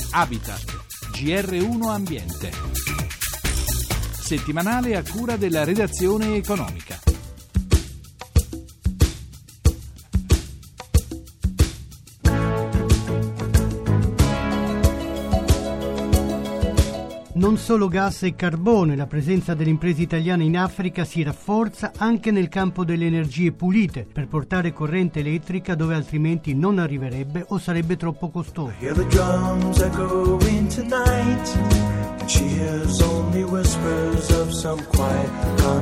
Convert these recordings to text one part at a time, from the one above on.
Habitat, GR1 Ambiente. Settimanale a cura della redazione economica. Non solo gas e carbone, la presenza delle imprese italiane in Africa si rafforza anche nel campo delle energie pulite per portare corrente elettrica dove altrimenti non arriverebbe o sarebbe troppo costoso. Hear the drums echoing tonight. She hears only whispers of some quiet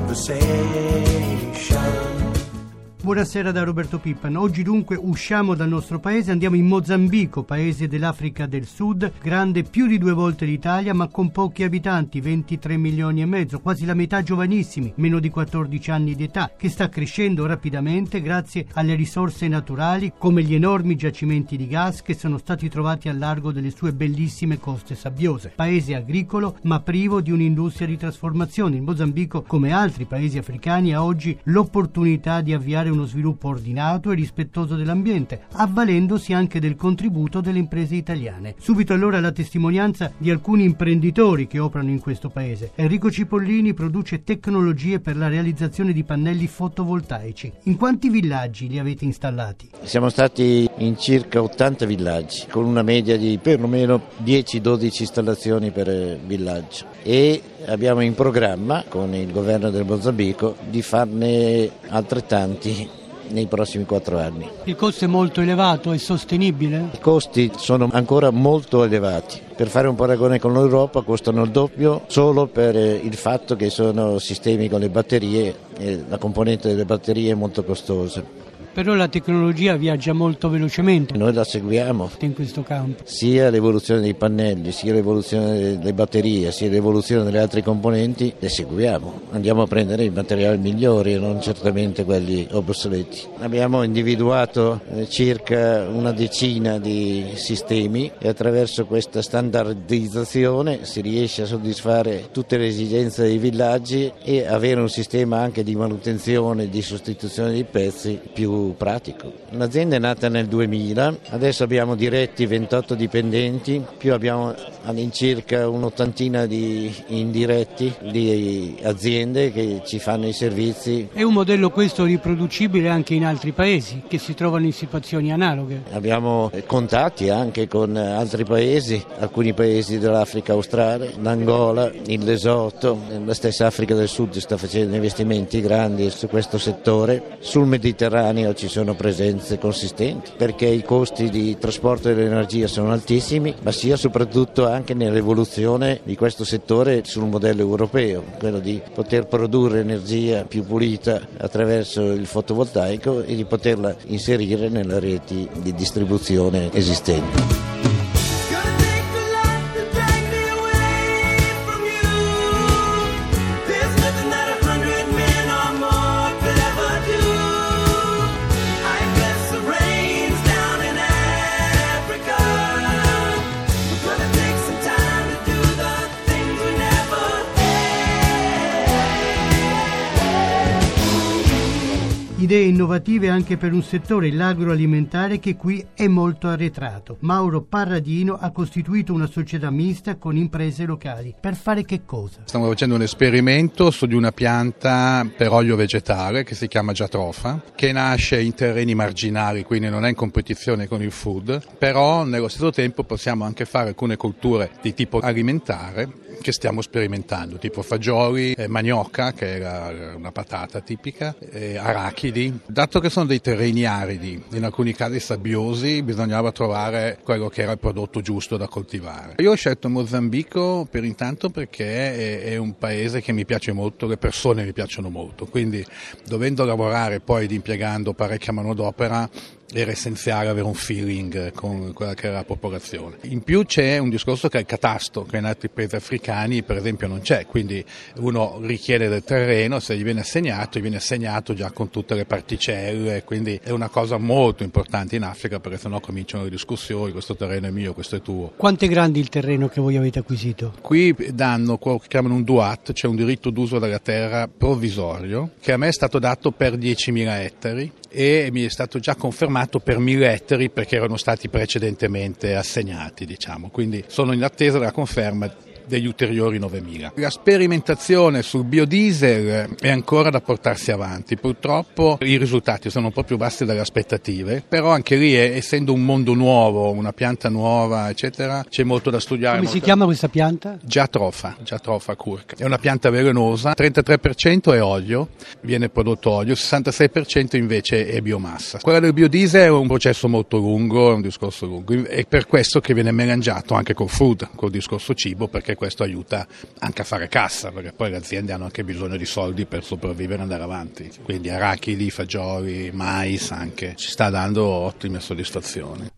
conversation. Buonasera da Roberto Pippan. Oggi dunque usciamo dal nostro paese, andiamo in Mozambico, paese dell'Africa del Sud, grande più di 2 volte l'Italia ma con pochi abitanti, 23 milioni e mezzo, quasi la metà giovanissimi, meno di 14 anni di età, che sta crescendo rapidamente grazie alle risorse naturali come gli enormi giacimenti di gas che sono stati trovati al largo delle sue bellissime coste sabbiose. Paese agricolo ma privo di un'industria di trasformazione. Il Mozambico, come altri paesi africani, ha oggi l'opportunità di avviare uno sviluppo ordinato e rispettoso dell'ambiente, avvalendosi anche del contributo delle imprese italiane. Subito allora la testimonianza di alcuni imprenditori che operano in questo paese. Enrico Cipollini produce tecnologie per la realizzazione di pannelli fotovoltaici. In quanti villaggi li avete installati? Siamo stati in circa 80 villaggi, con una media di perlomeno 10-12 installazioni per villaggio, e abbiamo in programma con il governo del Mozambico di farne altrettanti nei prossimi 4 anni. Il costo è molto elevato, è sostenibile? I costi sono ancora molto elevati. Per fare un paragone con l'Europa costano il doppio solo per il fatto che sono sistemi con le batterie e la componente delle batterie è molto costosa. Però la tecnologia viaggia molto velocemente. Noi la seguiamo In questo campo. sia l'evoluzione dei pannelli, sia l'evoluzione delle batterie, sia l'evoluzione delle altre componenti, le seguiamo. Andiamo a prendere i materiali migliori e non certamente quelli obsoleti. Abbiamo individuato circa una decina di sistemi e attraverso questa standardizzazione si riesce a soddisfare tutte le esigenze dei villaggi e avere un sistema anche di manutenzione e di sostituzione dei pezzi più pratico. L'azienda è nata nel 2000, adesso abbiamo diretti 28 dipendenti, più abbiamo all'incirca un'ottantina di indiretti di aziende che ci fanno i servizi. È un modello questo riproducibile anche in altri paesi che si trovano in situazioni analoghe? Abbiamo contatti anche con altri paesi, alcuni paesi dell'Africa australe, l'Angola, il Lesotho, la stessa Africa del Sud sta facendo investimenti grandi su questo settore. Sul Mediterraneo ci sono presenze consistenti perché i costi di trasporto dell'energia sono altissimi, ma sia soprattutto anche nell'evoluzione di questo settore sul modello europeo, quello di poter produrre energia più pulita attraverso il fotovoltaico e di poterla inserire nelle reti di distribuzione esistenti. Idee innovative anche per un settore, l'agroalimentare, che qui è molto arretrato. Mauro Parradino ha costituito una società mista con imprese locali. Per fare che cosa? Stiamo facendo un esperimento su di una pianta per olio vegetale che si chiama Jatropha, che nasce in terreni marginali, quindi non è in competizione con il food, però nello stesso tempo possiamo anche fare alcune colture di tipo alimentare che stiamo sperimentando, tipo fagioli, manioca, che è una patata tipica, arachidi. Dato che sono dei terreni aridi, in alcuni casi sabbiosi, bisognava trovare quello che era il prodotto giusto da coltivare. Io ho scelto Mozambico per intanto perché è un paese che mi piace molto, le persone mi piacciono molto, quindi dovendo lavorare poi ed impiegando parecchia manodopera era essenziale avere un feeling con quella che era la popolazione. In più c'è un discorso che è il catasto, che in altri paesi africani per esempio non c'è, quindi uno richiede del terreno, se gli viene assegnato già con tutte le particelle, quindi è una cosa molto importante in Africa perché sennò cominciano le discussioni, questo terreno è mio, questo è tuo. Quanto è grande il terreno che voi avete acquisito? Qui danno quello che chiamano un DUAT, cioè un diritto d'uso della terra provvisorio, che a me è stato dato per 10.000 ettari e mi è stato già confermato per 1.000 ettari perché erano stati precedentemente assegnati, diciamo. Quindi sono in attesa della conferma degli ulteriori 9.000. La sperimentazione sul biodiesel è ancora da portarsi avanti, purtroppo i risultati sono un po' più bassi dalle aspettative, però anche lì essendo un mondo nuovo, una pianta nuova eccetera, c'è molto da studiare. Come si chiama questa pianta? Giatrofa curca. È una pianta velenosa, 33% è olio, viene prodotto olio, 66% invece è biomassa. Quella del biodiesel è un processo molto lungo, è un discorso lungo, è per questo che viene melangiato anche col food, col discorso cibo, perché questo aiuta anche a fare cassa, perché poi le aziende hanno anche bisogno di soldi per sopravvivere e andare avanti. Quindi arachidi, fagioli, mais anche, ci sta dando ottime soddisfazioni.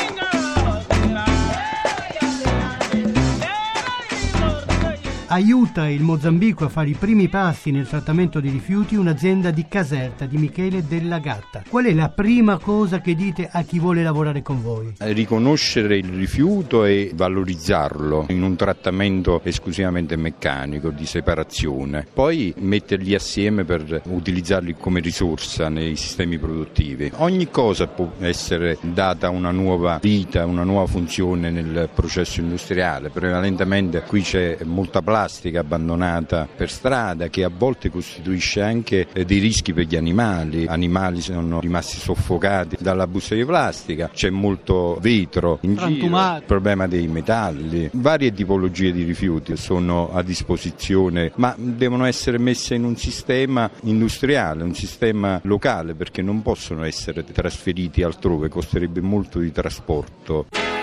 Aiuta il Mozambico a fare i primi passi nel trattamento dei rifiuti un'azienda di Caserta di Michele Della Gatta. Qual è la prima cosa che dite a chi vuole lavorare con voi? Riconoscere il rifiuto e valorizzarlo in un trattamento esclusivamente meccanico di separazione, poi metterli assieme per utilizzarli come risorsa nei sistemi produttivi. Ogni cosa può essere data una nuova vita, una nuova funzione nel processo industriale. Prevalentemente qui c'è molta plastica abbandonata per strada che a volte costituisce anche dei rischi per gli animali. Animali sono rimasti soffocati dalla busta di plastica, c'è molto vetro in giro, il problema dei metalli, varie tipologie di rifiuti sono a disposizione, ma devono essere messe in un sistema industriale, un sistema locale, perché non possono essere trasferiti altrove, costerebbe molto di trasporto.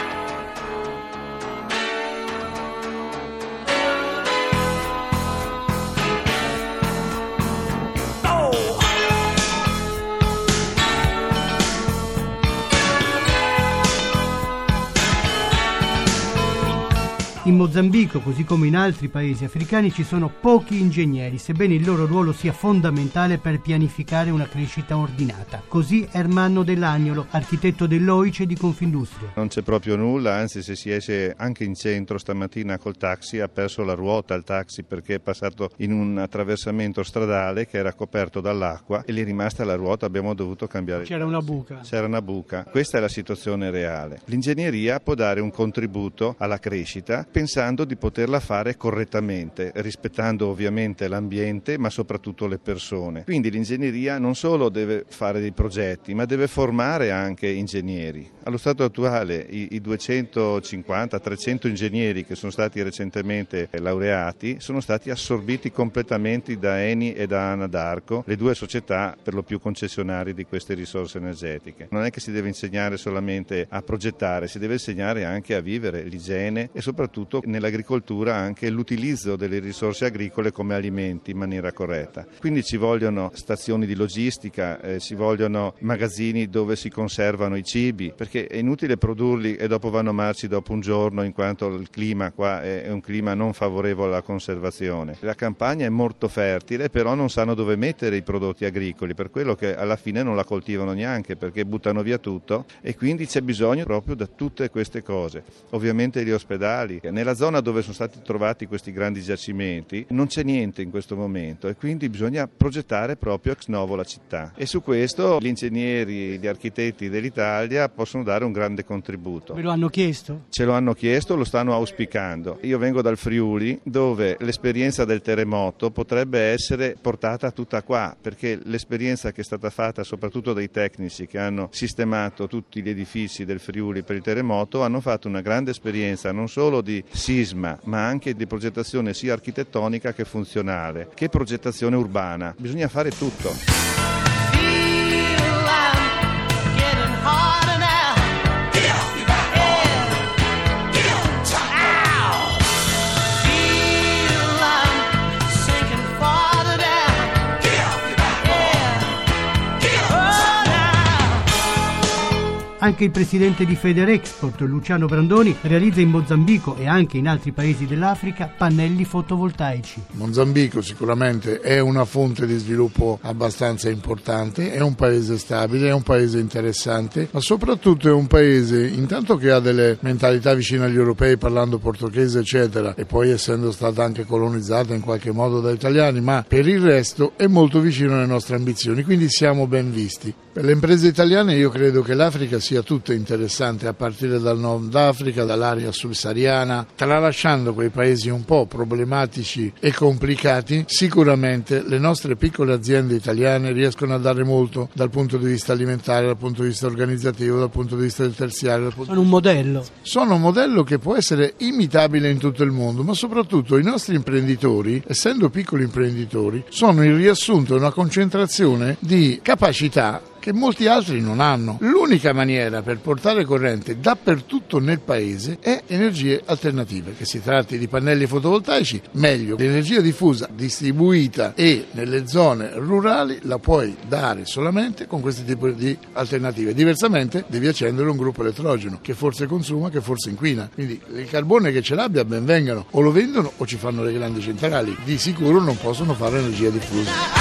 In Mozambico, così come in altri paesi africani, ci sono pochi ingegneri, sebbene il loro ruolo sia fondamentale per pianificare una crescita ordinata. Così Ermanno Dell'Agnolo, architetto dell'OICE di Confindustria. Non c'è proprio nulla, anzi se si esce anche in centro stamattina col taxi ha perso la ruota il taxi perché è passato in un attraversamento stradale che era coperto dall'acqua e lì è rimasta la ruota, abbiamo dovuto cambiare. C'era una buca. Questa è la situazione reale. L'ingegneria può dare un contributo alla crescita pensando di poterla fare correttamente, rispettando ovviamente l'ambiente ma soprattutto le persone. Quindi l'ingegneria non solo deve fare dei progetti ma deve formare anche ingegneri. Allo stato attuale i 250-300 ingegneri che sono stati recentemente laureati sono stati assorbiti completamente da Eni e da Anadarko, le due società per lo più concessionarie di queste risorse energetiche. Non è che si deve insegnare solamente a progettare, si deve insegnare anche a vivere l'igiene e soprattutto nell'agricoltura anche l'utilizzo delle risorse agricole come alimenti in maniera corretta. Quindi ci vogliono stazioni di logistica, ci vogliono magazzini dove si conservano i cibi, perché è inutile produrli e dopo vanno marci dopo un giorno in quanto il clima qua è un clima non favorevole alla conservazione. La campagna è molto fertile, però non sanno dove mettere i prodotti agricoli, per quello che alla fine non la coltivano neanche perché buttano via tutto e quindi c'è bisogno proprio da tutte queste cose. Ovviamente gli ospedali. Nella zona dove sono stati trovati questi grandi giacimenti non c'è niente in questo momento e quindi bisogna progettare proprio ex novo la città e su questo gli ingegneri, gli architetti dell'Italia possono dare un grande contributo. Ve lo hanno chiesto? Ce lo hanno chiesto, lo stanno auspicando. Io vengo dal Friuli dove l'esperienza del terremoto potrebbe essere portata tutta qua perché l'esperienza che è stata fatta soprattutto dai tecnici che hanno sistemato tutti gli edifici del Friuli per il terremoto hanno fatto una grande esperienza non solo di sisma ma anche di progettazione sia architettonica che funzionale, che progettazione urbana. Bisogna fare tutto. Anche il presidente di Federexport, Luciano Brandoni, realizza in Mozambico e anche in altri paesi dell'Africa pannelli fotovoltaici. Mozambico sicuramente è una fonte di sviluppo abbastanza importante, è un paese stabile, è un paese interessante, ma soprattutto è un paese intanto che ha delle mentalità vicine agli europei parlando portoghese eccetera, e poi essendo stata anche colonizzata in qualche modo da italiani, ma per il resto è molto vicino alle nostre ambizioni, quindi siamo ben visti. Per le imprese italiane io credo che l'Africa sia tutta interessante, a partire dal Nord Africa, dall'area subsahariana, tralasciando quei paesi un po' problematici e complicati. Sicuramente le nostre piccole aziende italiane riescono a dare molto dal punto di vista alimentare, dal punto di vista organizzativo, dal punto di vista del terziario. Sono un modello. Sono un modello che può essere imitabile in tutto il mondo, ma soprattutto i nostri imprenditori, essendo piccoli imprenditori, sono il riassunto, una concentrazione di capacità che molti altri non hanno. L'unica maniera per portare corrente dappertutto nel paese è energie alternative, che si tratti di pannelli fotovoltaici, meglio, l'energia diffusa, distribuita e nelle zone rurali la puoi dare solamente con questi tipi di alternative. Diversamente devi accendere un gruppo elettrogeno che forse consuma, che forse inquina. Quindi il carbone che ce l'abbia ben vengano, o lo vendono o ci fanno le grandi centrali. Di sicuro non possono fare energia diffusa.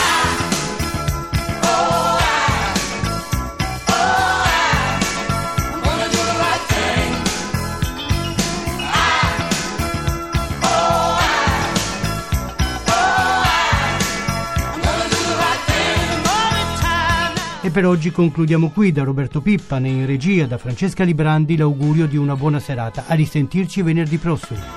E per oggi concludiamo qui. Da Roberto Pippan e in regia da Francesca Librandi l'augurio di una buona serata. A risentirci venerdì prossimo.